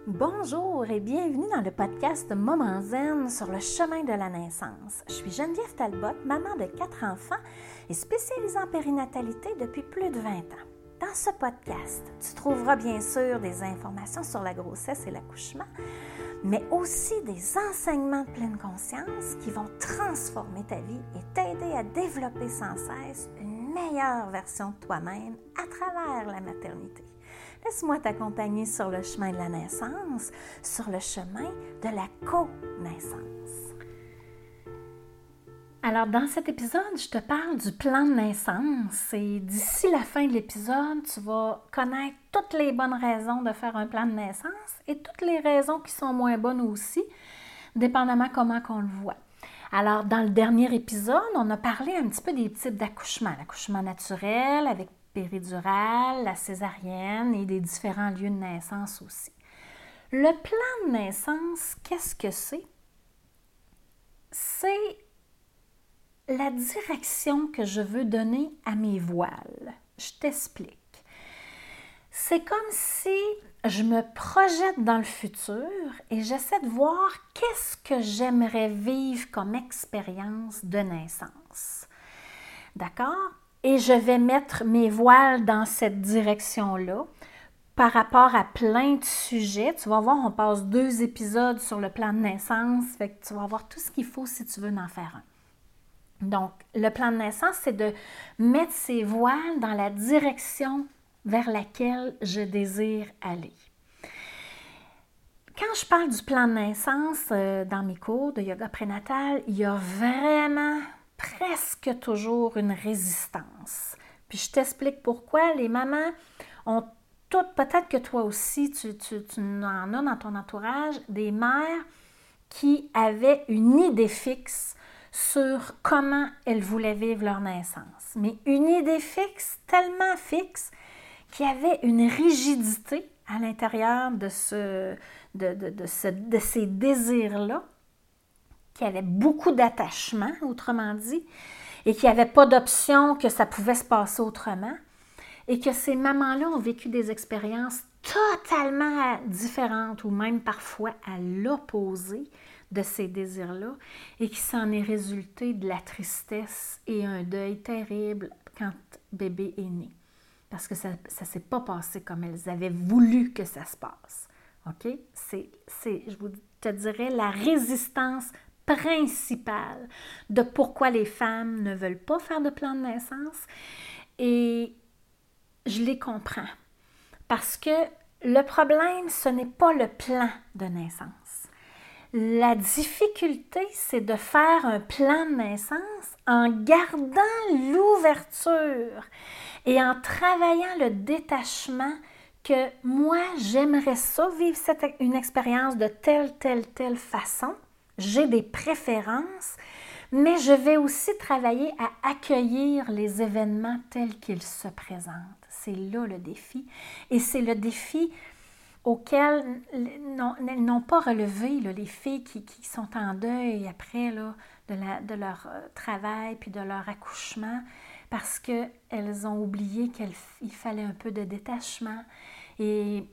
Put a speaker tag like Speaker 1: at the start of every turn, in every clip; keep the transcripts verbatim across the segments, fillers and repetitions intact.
Speaker 1: Bonjour et bienvenue dans le podcast Moments Zen sur le chemin de la naissance. Je suis Geneviève Talbot, maman de quatre enfants et spécialisée en périnatalité depuis plus de vingt ans. Dans ce podcast, tu trouveras bien sûr des informations sur la grossesse et l'accouchement, mais aussi des enseignements de pleine conscience qui vont transformer ta vie et t'aider à développer sans cesse une meilleure version de toi-même à travers la maternité. Laisse-moi t'accompagner sur le chemin de la naissance, sur le chemin de la co-naissance. Alors, dans cet épisode, je te parle du plan de naissance et d'ici la fin de l'épisode, tu vas connaître toutes les bonnes raisons de faire un plan de naissance et toutes les raisons qui sont moins bonnes aussi, dépendamment comment qu'on le voit. Alors, dans le dernier épisode, on a parlé un petit peu des types d'accouchement. L'accouchement naturel avec péridurale, la césarienne et des différents lieux de naissance aussi. Le plan de naissance, qu'est-ce que c'est? C'est la direction que je veux donner à mes voiles. Je t'explique. C'est comme si je me projette dans le futur et j'essaie de voir qu'est-ce que j'aimerais vivre comme expérience de naissance. D'accord? Et je vais mettre mes voiles dans cette direction-là par rapport à plein de sujets. Tu vas voir, on passe deux épisodes sur le plan de naissance, fait que tu vas avoir tout ce qu'il faut si tu veux en faire un. Donc, le plan de naissance, c'est de mettre ces voiles dans la direction vers laquelle je désire aller. Quand je parle du plan de naissance euh, dans mes cours de yoga prénatal, il y a vraiment presque toujours une résistance. Puis je t'explique pourquoi. Les mamans ont toutes, peut-être que toi aussi, tu, tu, tu en as dans ton entourage, des mères qui avaient une idée fixe sur comment elles voulaient vivre leur naissance. Mais une idée fixe, tellement fixe, qu'il y avait une rigidité à l'intérieur de, ce, de, de, de, ce, de ces désirs-là, qu'il y avait beaucoup d'attachement, autrement dit, et qu'il n'y avait pas d'option que ça pouvait se passer autrement, et que ces mamans-là ont vécu des expériences totalement différentes, ou même parfois à l'opposé de ces désirs-là, et qui s'en est résulté de la tristesse et un deuil terrible quand bébé est né. Parce que ça ne s'est pas passé comme elles avaient voulu que ça se passe. OK? C'est, c'est, je vous te dirais, la résistance principale de pourquoi les femmes ne veulent pas faire de plan de naissance. Et je les comprends. Parce que le problème, ce n'est pas le plan de naissance. La difficulté, c'est de faire un plan de naissance en gardant l'ouverture et en travaillant le détachement que moi, j'aimerais ça, vivre cette, une expérience de telle, telle, telle façon. J'ai des préférences, mais je vais aussi travailler à accueillir les événements tels qu'ils se présentent. C'est là le défi. Et c'est le défi auquel elles n'ont pas relevé, là, les filles qui, qui sont en deuil après là, de, la, de leur travail puis de leur accouchement, parce qu'elles ont oublié qu'il fallait un peu de détachement et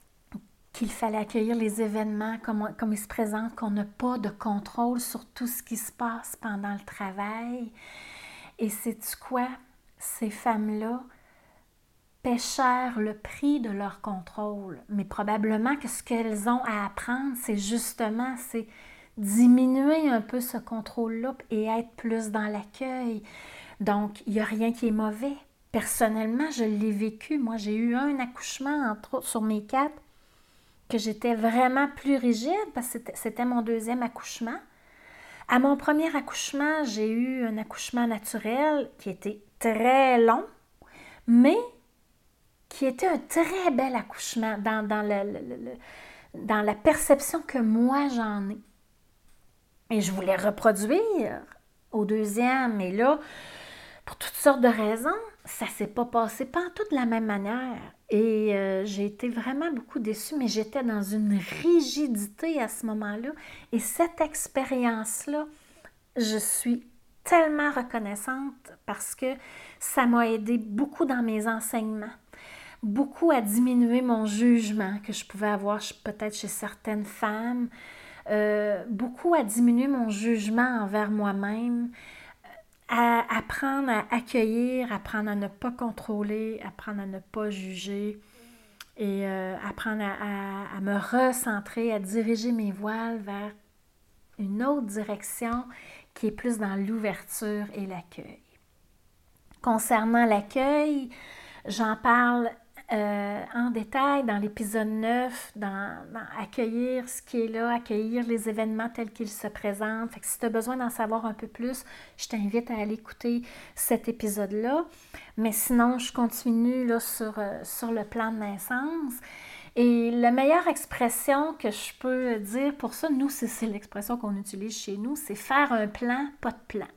Speaker 1: qu'il fallait accueillir les événements comme, comme ils se présentent, qu'on n'a pas de contrôle sur tout ce qui se passe pendant le travail. Et sais-tu quoi? Ces femmes-là paient cher le prix de leur contrôle. Mais probablement que ce qu'elles ont à apprendre, c'est justement, c'est diminuer un peu ce contrôle-là et être plus dans l'accueil. Donc, il n'y a rien qui est mauvais. Personnellement, je l'ai vécu. Moi, j'ai eu un accouchement, entre autres, sur mes quatre, que j'étais vraiment plus rigide parce que c'était, c'était mon deuxième accouchement. À mon premier accouchement, j'ai eu un accouchement naturel qui était très long, mais qui était un très bel accouchement dans, dans, le, le, le, dans la perception que moi j'en ai. Et je voulais reproduire au deuxième, et là, pour toutes sortes de raisons, ça ne s'est pas passé pas en tout de la même manière. Et euh, j'ai été vraiment beaucoup déçue, mais j'étais dans une rigidité à ce moment-là. Et cette expérience-là, je suis tellement reconnaissante parce que ça m'a aidé beaucoup dans mes enseignements. beaucoup à diminuer mon jugement que je pouvais avoir peut-être chez certaines femmes, euh, beaucoup à diminuer mon jugement envers moi-même, à apprendre à accueillir, apprendre à ne pas contrôler, apprendre à ne pas juger et euh, apprendre à, à, à me recentrer, à diriger mes voiles vers une autre direction qui est plus dans l'ouverture et l'accueil. Concernant l'accueil, j'en parle euh, en détail dans l'épisode neuf, dans, dans accueillir ce qui est là, accueillir les événements tels qu'ils se présentent. Fait que si tu as besoin d'en savoir un peu plus, je t'invite à aller écouter cet épisode-là. Mais sinon, je continue là, sur, euh, sur le plan de naissance. Et la meilleure expression que je peux dire pour ça, nous, c'est, c'est l'expression qu'on utilise chez nous, c'est faire un plan, pas de plan.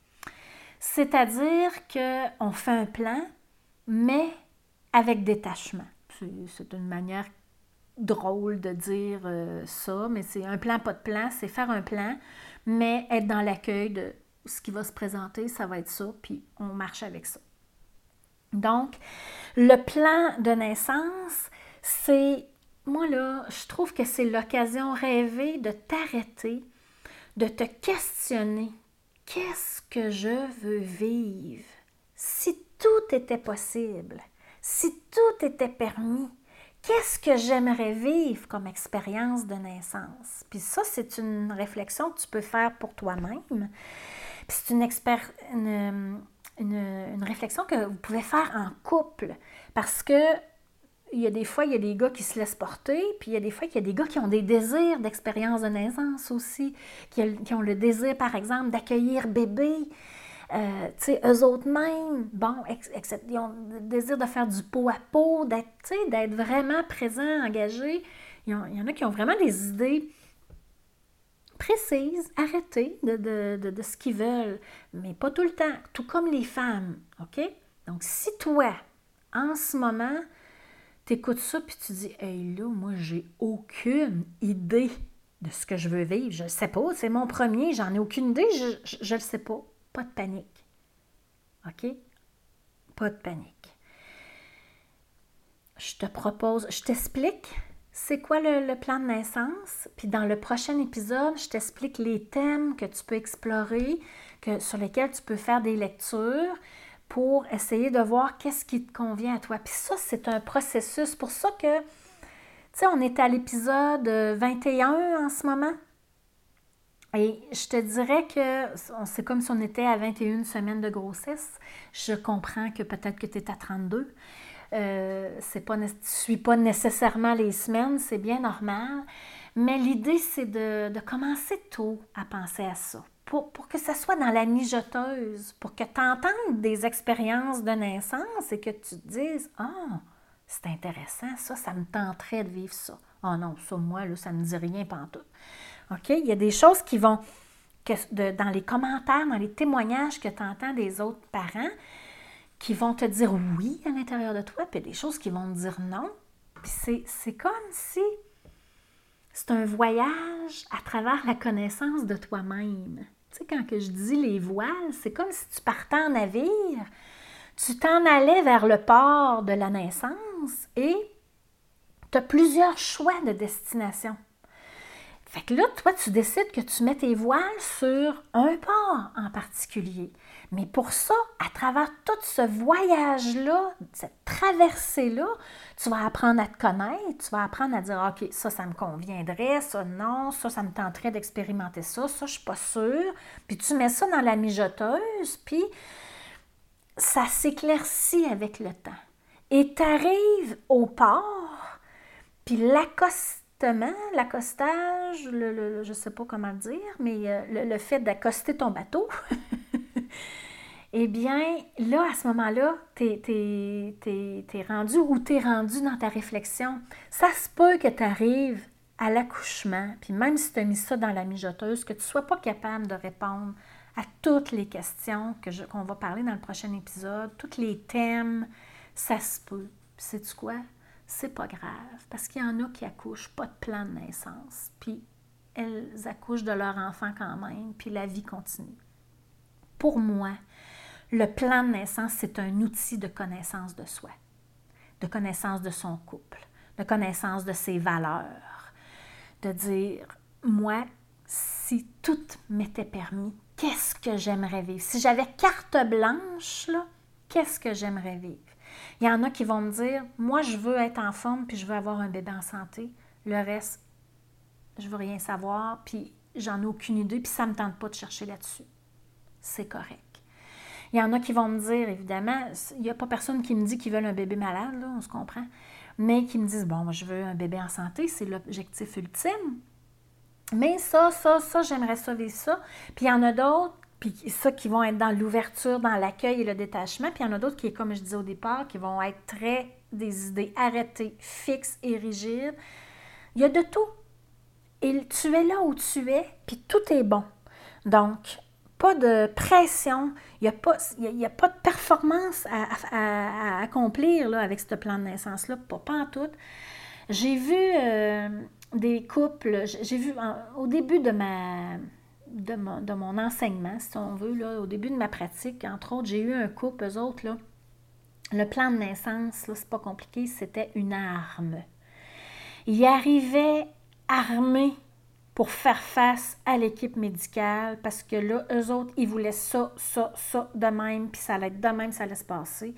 Speaker 1: C'est-à-dire qu'on fait un plan, mais avec détachement. C'est, c'est une manière drôle de dire euh, ça, mais c'est un plan, pas de plan, c'est faire un plan, mais être dans l'accueil de ce qui va se présenter, ça va être ça, puis on marche avec ça. Donc, le plan de naissance, c'est, moi là, je trouve que c'est l'occasion rêvée de t'arrêter, de te questionner. Qu'est-ce que je veux vivre? Si tout était possible, si tout était permis, qu'est-ce que j'aimerais vivre comme expérience de naissance? Puis ça, c'est une réflexion que tu peux faire pour toi-même. Puis c'est une, expér- une, une, une réflexion que vous pouvez faire en couple. Parce que il y a des fois, il y a des gars qui se laissent porter, puis il y a des fois, il y a des gars qui ont des désirs d'expérience de naissance aussi, qui, qui ont le désir, par exemple, d'accueillir bébé. Euh, tu sais, eux autres mêmes, bon, ex, ex, ils ont le désir de faire du pot à pot, d'être, tu sais, d'être vraiment présents, engagés. Il y, en, il y en a qui ont vraiment des idées précises, arrêtées de, de, de, de ce qu'ils veulent, mais pas tout le temps, tout comme les femmes, OK? Donc, si toi, en ce moment, t'écoutes ça puis tu dis « Hey là, moi, j'ai aucune idée de ce que je veux vivre. Je ne sais pas, c'est mon premier, j'en ai aucune idée, je ne le sais pas. » Pas de panique. OK? Pas de panique. Je te propose, je t'explique c'est quoi le, le plan de naissance. Puis dans le prochain épisode, je t'explique les thèmes que tu peux explorer, que, sur lesquels tu peux faire des lectures pour essayer de voir qu'est-ce qui te convient à toi. Puis ça, c'est un processus. Pour ça que, tu sais, on est à l'épisode vingt et un en ce moment. Et je te dirais que c'est comme si on était à vingt et une semaines de grossesse. Je comprends que peut-être que tu es à trente-deux. Euh, c'est pas, tu ne suis pas nécessairement les semaines, c'est bien normal. Mais l'idée, c'est de, de commencer tôt à penser à ça. Pour, pour que ça soit dans la mijoteuse, pour que tu entendes des expériences de naissance et que tu te dises « Ah, oh, c'est intéressant, ça, ça me tenterait de vivre ça. » Ah oh non, ça, moi, là, ça ne me dit rien pantoute. OK? Il y a des choses qui vont, que, de, dans les commentaires, dans les témoignages que tu entends des autres parents, qui vont te dire oui à l'intérieur de toi, puis il y a des choses qui vont te dire non. Puis c'est, c'est comme si c'est un voyage à travers la connaissance de toi-même. Tu sais, quand que je dis les voiles, c'est comme si tu partais en navire, tu t'en allais vers le port de la naissance et tu as plusieurs choix de destination. Fait que là, toi, tu décides que tu mets tes voiles sur un port en particulier. Mais pour ça, à travers tout ce voyage-là, cette traversée-là, tu vas apprendre à te connaître, tu vas apprendre à dire « OK, ça, ça me conviendrait, ça, non, ça, ça me tenterait d'expérimenter ça, ça, je suis pas sûre. » Puis tu mets ça dans la mijoteuse, puis ça s'éclaircit avec le temps. Et tu arrives au port, puis l'accost l'accostage, le, le, je ne sais pas comment le dire, mais euh, le, le fait d'accoster ton bateau, eh bien, là, à ce moment-là, tu es rendu ou tu es rendu dans ta réflexion. Ça se peut que tu arrives à l'accouchement, puis même si tu as mis ça dans la mijoteuse, que tu ne sois pas capable de répondre à toutes les questions que je, qu'on va parler dans le prochain épisode, tous les thèmes, ça se peut. Puis sais-tu quoi? C'est pas grave, parce qu'il y en a qui accouchent pas de plan de naissance, puis elles accouchent de leur enfant quand même, puis la vie continue. Pour moi, le plan de naissance, c'est un outil de connaissance de soi. de connaissance de son couple, de connaissance de ses valeurs, de dire, moi, si tout m'était permis, qu'est-ce que j'aimerais vivre? Si j'avais carte blanche, là, qu'est-ce que j'aimerais vivre? Il y en a qui vont me dire, moi, je veux être en forme, puis je veux avoir un bébé en santé. Le reste, je veux rien savoir, puis j'en ai aucune idée, puis ça ne me tente pas de chercher là-dessus. C'est correct. Il y en a qui vont me dire, évidemment, il n'y a pas personne qui me dit qu'ils veulent un bébé malade, là, on se comprend, mais qui me disent, bon, moi, je veux un bébé en santé, c'est l'objectif ultime. Mais ça, ça, ça, j'aimerais ça vivre ça. Puis il y en a d'autres, puis ça, qui vont être dans l'ouverture, dans l'accueil et le détachement. Puis il y en a d'autres qui, comme je disais au départ, qui vont être très des idées arrêtées, fixes et rigides. Il y a de tout. Et tu es là où tu es, puis tout est bon. Donc, pas de pression, il n'y a, a, a pas de performance à, à, à accomplir là, avec ce plan de naissance-là, pas, pas en tout. J'ai vu euh, des couples, j'ai vu en, au début de, ma, de, mon, de mon enseignement, si on veut, là, au début de ma pratique, entre autres, j'ai eu un couple, eux autres, là, le plan de naissance, là, c'est pas compliqué, c'était une arme. Ils arrivaient armés pour faire face à l'équipe médicale, parce que là, eux autres, ils voulaient ça, ça, ça, de même, puis ça allait être de même, ça allait se passer.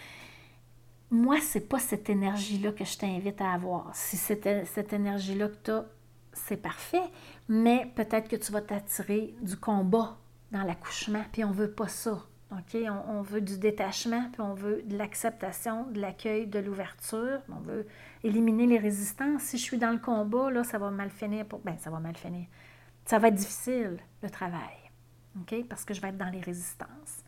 Speaker 1: Moi, c'est pas cette énergie-là que je t'invite à avoir. Si c'est cette énergie-là que tu as, c'est parfait, mais peut-être que tu vas t'attirer du combat dans l'accouchement, puis on veut pas ça. OK? On, on veut du détachement, puis on veut de l'acceptation, de l'accueil, de l'ouverture. On veut éliminer les résistances. Si je suis dans le combat, là, ça va mal finir. Pour... Ben, ça va mal finir. Ça va être difficile, le travail. OK? Parce que je vais être dans les résistances.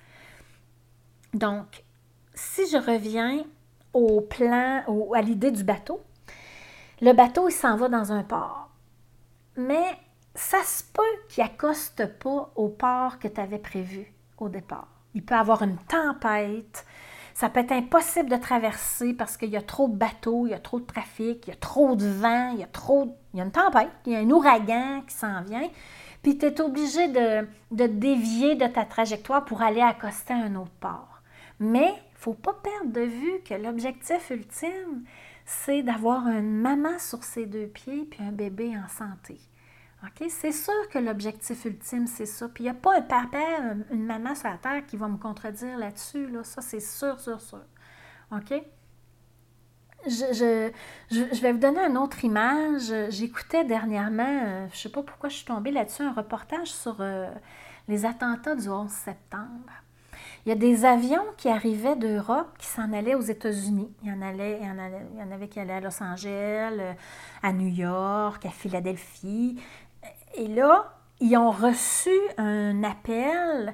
Speaker 1: Donc, si je reviens au plan, au, à l'idée du bateau, le bateau, il s'en va dans un port. Mais ça se peut qu'il accoste pas au port que tu avais prévu au départ. Il peut y avoir une tempête, ça peut être impossible de traverser parce qu'il y a trop de bateaux, il y a trop de trafic, il y a trop de vent, il y a trop de... il y a une tempête, il y a un ouragan qui s'en vient, puis tu es obligé de, de dévier de ta trajectoire pour aller accoster à un autre port. Mais il ne faut pas perdre de vue que l'objectif ultime, c'est d'avoir une maman sur ses deux pieds puis un bébé en santé. Okay? C'est sûr que l'objectif ultime, c'est ça. Puis il n'y a pas un papa, une maman sur la terre qui va me contredire là-dessus. Là. Ça, c'est sûr, sûr, sûr. OK? Je, je, je, je vais vous donner une autre image. J'écoutais dernièrement, euh, je ne sais pas pourquoi je suis tombée là-dessus, un reportage sur euh, les attentats du onze septembre. Il y a des avions qui arrivaient d'Europe qui s'en allaient aux États-Unis. Il y en allait, il y en allait, il y en avait qui allaient à Los Angeles, à New York, à Philadelphie. Et là, ils ont reçu un appel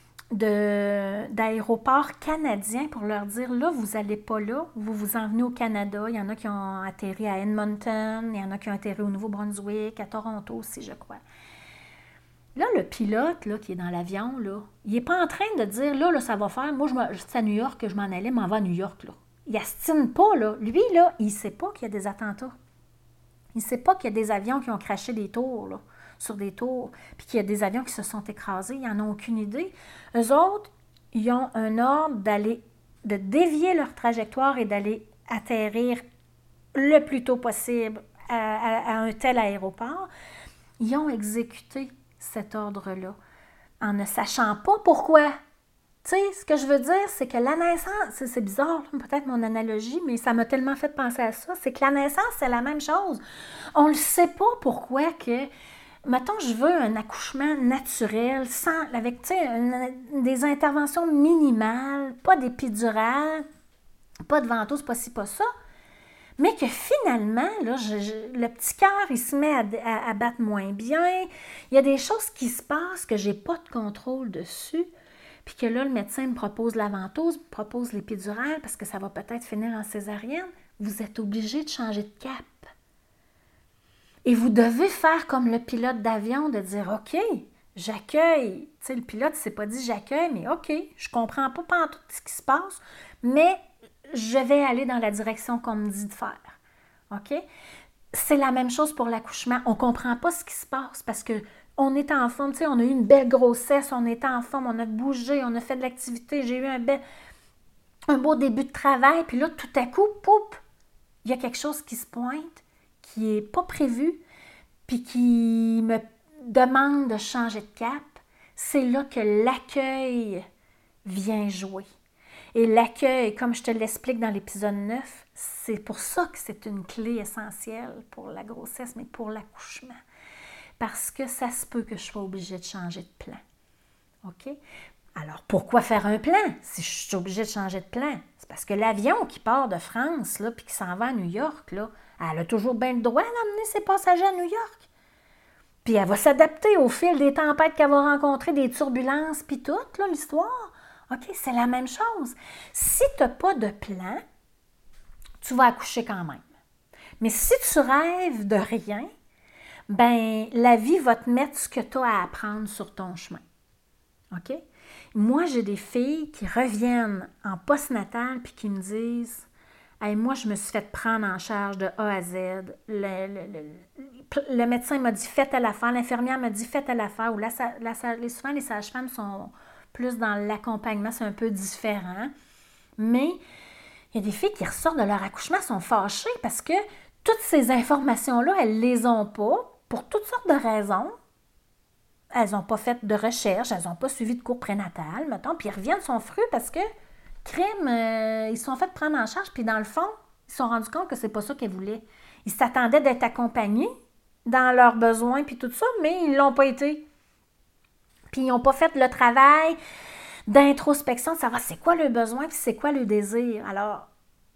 Speaker 1: de, d'aéroports canadiens pour leur dire, là, vous n'allez pas là, vous vous en venez au Canada. Il y en a qui ont atterri à Edmonton, il y en a qui ont atterri au Nouveau-Brunswick, à Toronto aussi, je crois. Là, le pilote là, qui est dans l'avion, là, il n'est pas en train de dire, là, là ça va faire, moi, je suis à New York, que je m'en allais, m'en vais à New York. Là. Il n'estime pas, là. Lui, là, il ne sait pas qu'il y a des attentats. Il ne sait pas qu'il y a des avions qui ont craché des tours, là, sur des tours, puis qu'il y a des avions qui se sont écrasés. Ils n'en ont aucune idée. Eux autres, ils ont un ordre d'aller, de dévier leur trajectoire et d'aller atterrir le plus tôt possible à, à, à un tel aéroport. Ils ont exécuté cet ordre-là, en ne sachant pas pourquoi. Tu sais, ce que je veux dire, c'est que la naissance, c'est, c'est bizarre, peut-être mon analogie, mais ça m'a tellement fait penser à ça, c'est que la naissance, c'est la même chose. On ne sait pas pourquoi que, mettons, je veux un accouchement naturel, sans, avec, tu sais, une, des interventions minimales, pas d'épidurale, pas de ventouse, pas ci, pas ça, mais que finalement, là, je, je, le petit cœur, il se met à, à, à battre moins bien. Il y a des choses qui se passent que je n'ai pas de contrôle dessus. Puis que là, le médecin me propose la ventouse, me propose l'épidurale parce que ça va peut-être finir en césarienne. Vous êtes obligé de changer de cap. Et vous devez faire comme le pilote d'avion, de dire, OK, j'accueille. Tu sais, le pilote ne s'est pas dit j'accueille, mais OK, je ne comprends pas pantoute ce qui se passe, mais je vais aller dans la direction qu'on me dit de faire. OK? C'est la même chose pour l'accouchement. On ne comprend pas ce qui se passe parce qu'on est en forme. Tu sais, on a eu une belle grossesse, on est en forme, on a bougé, on a fait de l'activité, j'ai eu un bel... un beau début de travail, puis là, tout à coup, poup, il y a quelque chose qui se pointe, qui n'est pas prévu, puis qui me demande de changer de cap. C'est là que l'accueil vient jouer. Et l'accueil, comme je te l'explique dans l'épisode neuf, c'est pour ça que c'est une clé essentielle pour la grossesse, mais pour l'accouchement. Parce que ça se peut que je sois obligée de changer de plan. OK? Alors, pourquoi faire un plan si je suis obligée de changer de plan? C'est parce que l'avion qui part de France, là, puis qui s'en va à New York, là, elle a toujours bien le droit d'emmener ses passagers à New York. Puis elle va s'adapter au fil des tempêtes qu'elle va rencontrer, des turbulences, puis tout, là, l'histoire. OK, c'est la même chose. Si tu n'as pas de plan, tu vas accoucher quand même. Mais si tu rêves de rien, ben la vie va te mettre ce que tu as à apprendre sur ton chemin. OK? Moi, j'ai des filles qui reviennent en postnatal puis qui me disent hey, « Moi, je me suis fait prendre en charge de A à Z. Le, le, le, le médecin m'a dit « Faites à l'affaire », l'infirmière m'a dit « Faites à l'affaire » ou la, la, souvent, les sages-femmes sont plus dans l'accompagnement, c'est un peu différent. Mais il y a des filles qui ressortent de leur accouchement, sont fâchées parce que toutes ces informations-là, elles ne les ont pas pour toutes sortes de raisons. Elles n'ont pas fait de recherche, elles n'ont pas suivi de cours prénatal, mettons, puis ils reviennent, sont fruits parce que, crime, euh, ils se sont fait prendre en charge, puis dans le fond, ils se sont rendus compte que c'est pas ça qu'elles voulaient. Ils s'attendaient d'être accompagnés dans leurs besoins, puis tout ça, mais ils ne l'ont pas été. Puis ils n'ont pas fait le travail d'introspection, de savoir c'est quoi le besoin, puis c'est quoi le désir. Alors,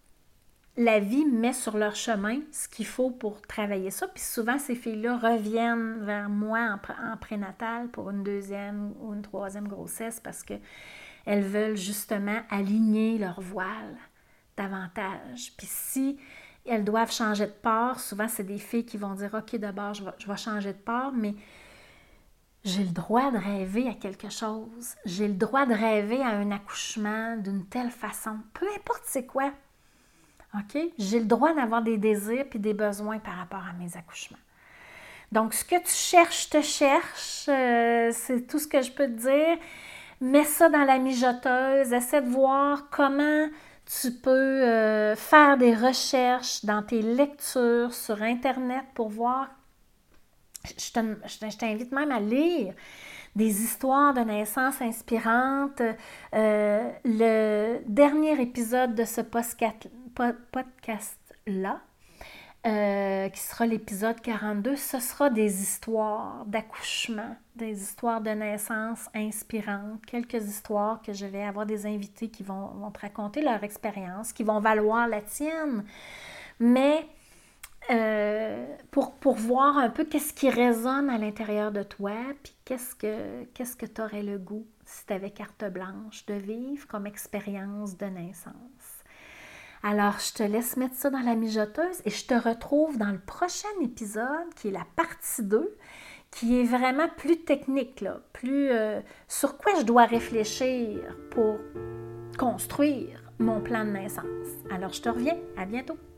Speaker 1: la vie met sur leur chemin ce qu'il faut pour travailler ça. Puis souvent, ces filles-là reviennent vers moi en, en prénatal pour une deuxième ou une troisième grossesse parce qu'elles veulent justement aligner leur voile davantage. Puis si elles doivent changer de part, souvent, c'est des filles qui vont dire « OK, d'abord, je vais, je vais changer de part, mais j'ai le droit de rêver à quelque chose. J'ai le droit de rêver à un accouchement d'une telle façon. Peu importe c'est quoi. » OK? J'ai le droit d'avoir des désirs et des besoins par rapport à mes accouchements. Donc, ce que tu cherches, te cherche. Euh, c'est tout ce que je peux te dire. Mets ça dans la mijoteuse. Essaie de voir comment tu peux euh, faire des recherches dans tes lectures sur Internet pour voir. Je, te, je t'invite même à lire des histoires de naissance inspirantes. Euh, le dernier épisode de ce podcast podcast-là, euh, qui sera l'épisode quarante-deux, ce sera des histoires d'accouchement, des histoires de naissance inspirantes, quelques histoires que je vais avoir des invités qui vont, vont te raconter leur expérience, qui vont valoir la tienne, mais euh, pour, pour voir un peu qu'est-ce qui résonne à l'intérieur de toi, puis qu'est-ce que, qu'est-ce que tu aurais le goût, si tu avais carte blanche, de vivre comme expérience de naissance. Alors, je te laisse mettre ça dans la mijoteuse et je te retrouve dans le prochain épisode, qui est la partie deux, qui est vraiment plus technique, là, plus euh, sur quoi je dois réfléchir pour construire mon plan de naissance. Alors, je te reviens. À bientôt.